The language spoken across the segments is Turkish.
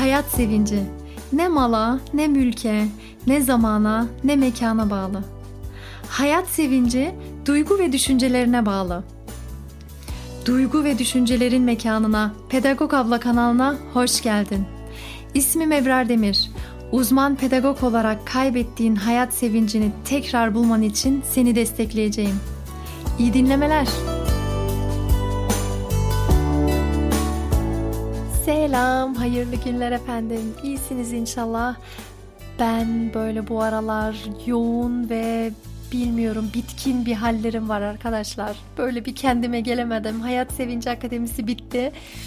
Hayat sevinci ne mala, ne mülke, ne zamana, ne mekana bağlı. Hayat sevinci duygu ve düşüncelerine bağlı. Duygu ve düşüncelerin mekanına, Pedagog Abla kanalına hoş geldin. İsmim Ebrar Demir. Uzman pedagog olarak kaybettiğin hayat sevincini tekrar bulman için seni destekleyeceğim. İyi dinlemeler. Selam, hayırlı günler efendim. İyisiniz inşallah. Ben böyle bu aralar yoğun ve bilmiyorum bitkin bir hallerim var arkadaşlar. Böyle bir kendime gelemedim. Hayat Sevinci Akademisi bitti.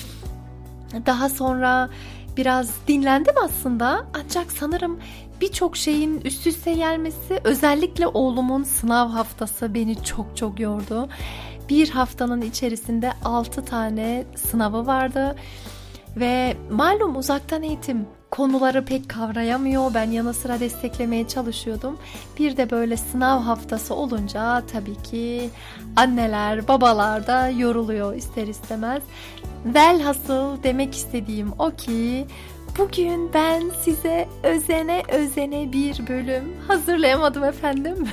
Daha sonra biraz dinlendim aslında. Ancak sanırım birçok şeyin üst üste gelmesi, özellikle oğlumun sınav haftası beni çok yordu. Bir haftanın içerisinde 6 tane sınavı vardı. Ve malum uzaktan eğitim konuları pek kavrayamıyor. Ben yanı sıra desteklemeye çalışıyordum. Bir de böyle sınav haftası olunca tabii ki anneler, babalar da yoruluyor ister istemez. Velhasıl demek istediğim o ki bugün ben size özene bir bölüm hazırlayamadım efendim.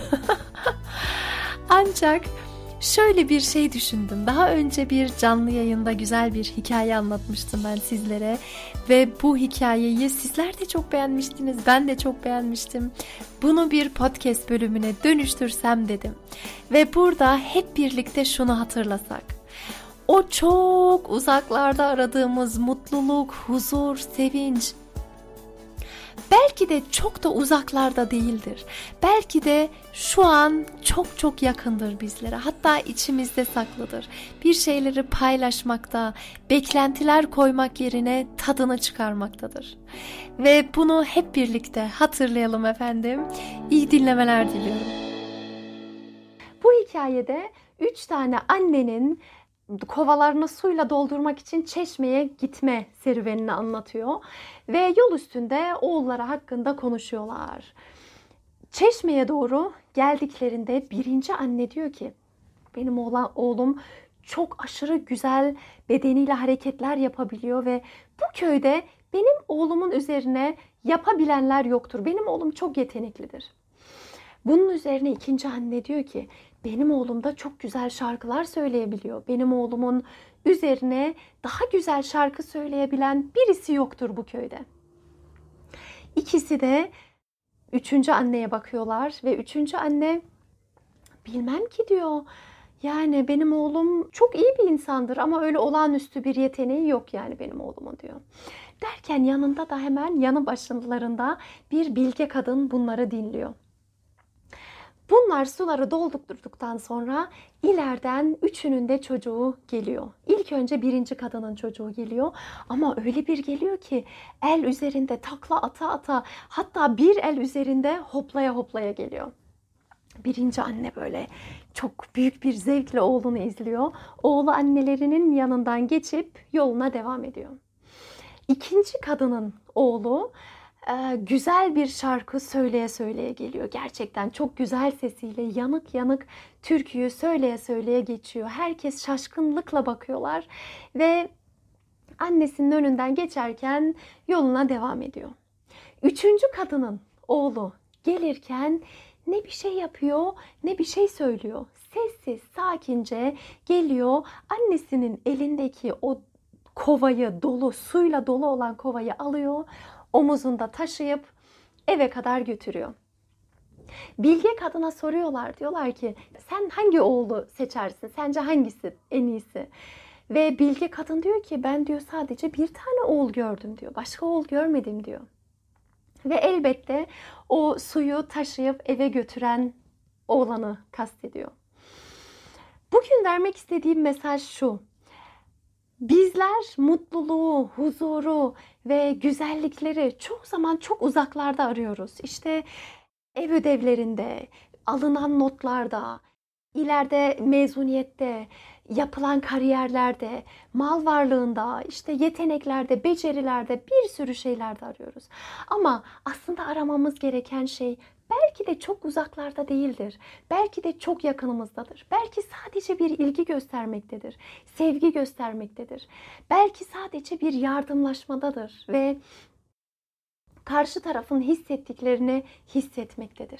Ancak şöyle bir şey düşündüm. Daha önce bir canlı yayında güzel bir hikaye anlatmıştım ben sizlere. Ve bu hikayeyi sizler de çok beğenmiştiniz. Ben de çok beğenmiştim. Bunu bir podcast bölümüne dönüştürsem dedim. Ve burada hep birlikte şunu hatırlasak. O çok uzaklarda aradığımız mutluluk, huzur, sevinç belki de çok da uzaklarda değildir. Belki de şu an çok yakındır bizlere. Hatta içimizde saklıdır. Bir şeyleri paylaşmakta, beklentiler koymak yerine tadını çıkarmaktadır. Ve bunu hep birlikte hatırlayalım efendim. İyi dinlemeler diliyorum. Bu hikayede 3 tane annenin kovalarını suyla doldurmak için çeşmeye gitme serüvenini anlatıyor. Ve yol üstünde oğulları hakkında konuşuyorlar. Çeşmeye doğru geldiklerinde birinci anne diyor ki, benim oğlum çok aşırı güzel bedeniyle hareketler yapabiliyor ve bu köyde benim oğlumun üzerine yapabilenler yoktur. Benim oğlum çok yeteneklidir. Bunun üzerine ikinci anne diyor ki, benim oğlum da çok güzel şarkılar söyleyebiliyor. Benim oğlumun üzerine daha güzel şarkı söyleyebilen birisi yoktur bu köyde. İkisi de üçüncü anneye bakıyorlar ve üçüncü anne, bilmem ki diyor. Yani benim oğlum çok iyi bir insandır ama öyle olağanüstü bir yeteneği yok yani benim oğlumun diyor. Derken yanında da hemen yanı başlarında bir bilge kadın bunları dinliyor. Bunlar suları doldurduktan sonra ileriden üçünün de çocuğu geliyor. İlk önce birinci kadının çocuğu geliyor ama öyle bir geliyor ki el üzerinde takla ata hatta bir el üzerinde hoplaya geliyor. Birinci anne böyle çok büyük bir zevkle oğlunu izliyor. Oğlu annelerinin yanından geçip yoluna devam ediyor. İkinci kadının oğlu güzel bir şarkı söyleye geliyor. Gerçekten çok güzel sesiyle yanık türküyü söyleye geçiyor. Herkes şaşkınlıkla bakıyorlar ve annesinin önünden geçerken yoluna devam ediyor. Üçüncü kadının oğlu gelirken ne bir şey yapıyor ne bir şey söylüyor. Sessiz, sakince geliyor. Annesinin elindeki o kovayı, suyla dolu olan kovayı alıyor. Omuzunda taşıyıp eve kadar götürüyor. Bilge kadına soruyorlar. Diyorlar ki, sen hangi oğlu seçersin? Sence hangisi en iyisi? Ve bilge kadın diyor ki, ben diyor sadece bir tane oğul gördüm diyor. Başka oğul görmedim diyor. Ve elbette o suyu taşıyıp eve götüren oğlanı kastediyor. Bugün vermek istediğim mesaj şu. Bizler mutluluğu, huzuru ve güzellikleri çoğu zaman çok uzaklarda arıyoruz. İşte ev ödevlerinde, alınan notlarda, ileride mezuniyette, yapılan kariyerlerde, mal varlığında, işte yeteneklerde, becerilerde, bir sürü şeylerde arıyoruz. Ama aslında aramamız gereken şey belki de çok uzaklarda değildir. Belki de çok yakınımızdadır. Belki sadece bir ilgi göstermektedir. Sevgi göstermektedir. Belki sadece bir yardımlaşmadadır ve karşı tarafın hissettiklerini hissetmektedir.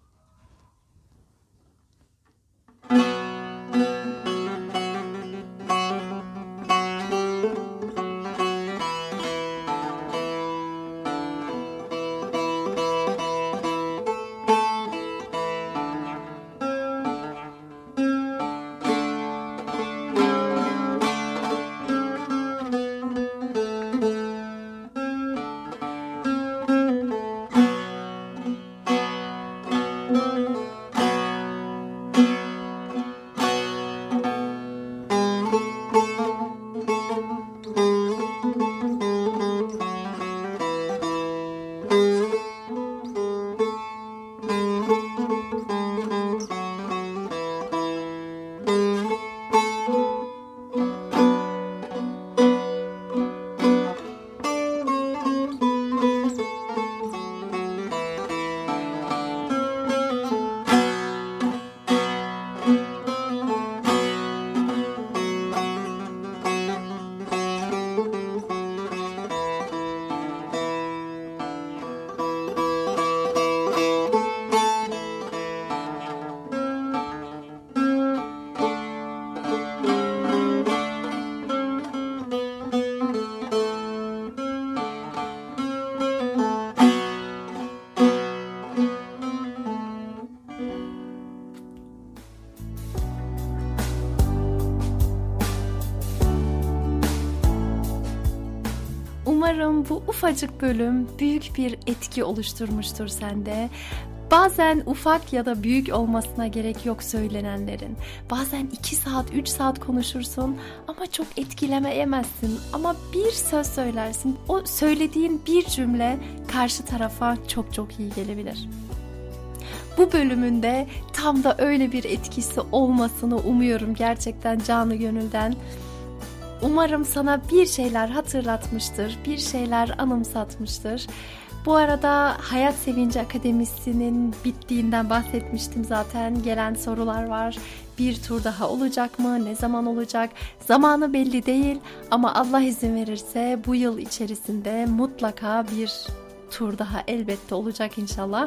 Umarım bu ufacık bölüm büyük bir etki oluşturmuştur sende. Bazen ufak ya da büyük olmasına gerek yok söylenenlerin. Bazen 2 saat, 3 saat konuşursun ama çok etkilemeyemezsin. Ama bir söz söylersin. O söylediğin bir cümle karşı tarafa çok çok iyi gelebilir. Bu bölümünde tam da öyle bir etkisi olmasını umuyorum gerçekten canı gönülden. Umarım sana bir şeyler hatırlatmıştır, bir şeyler anımsatmıştır. Bu arada Hayat Sevinci Akademisi'nin bittiğinden bahsetmiştim zaten. Gelen sorular var. Bir tur daha olacak mı? Ne zaman olacak? Zamanı belli değil ama Allah izin verirse bu yıl içerisinde mutlaka bir tur daha elbette olacak inşallah.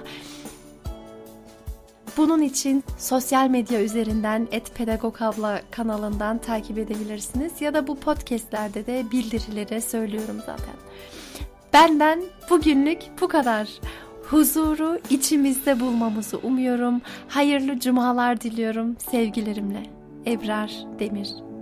Bunun için sosyal medya üzerinden @pedagogabla kanalından takip edebilirsiniz. Ya da bu podcastlerde de bildirilere söylüyorum zaten. Benden bugünlük bu kadar. Huzuru içimizde bulmamızı umuyorum. Hayırlı cumalar diliyorum sevgilerimle. Ebrar Demir.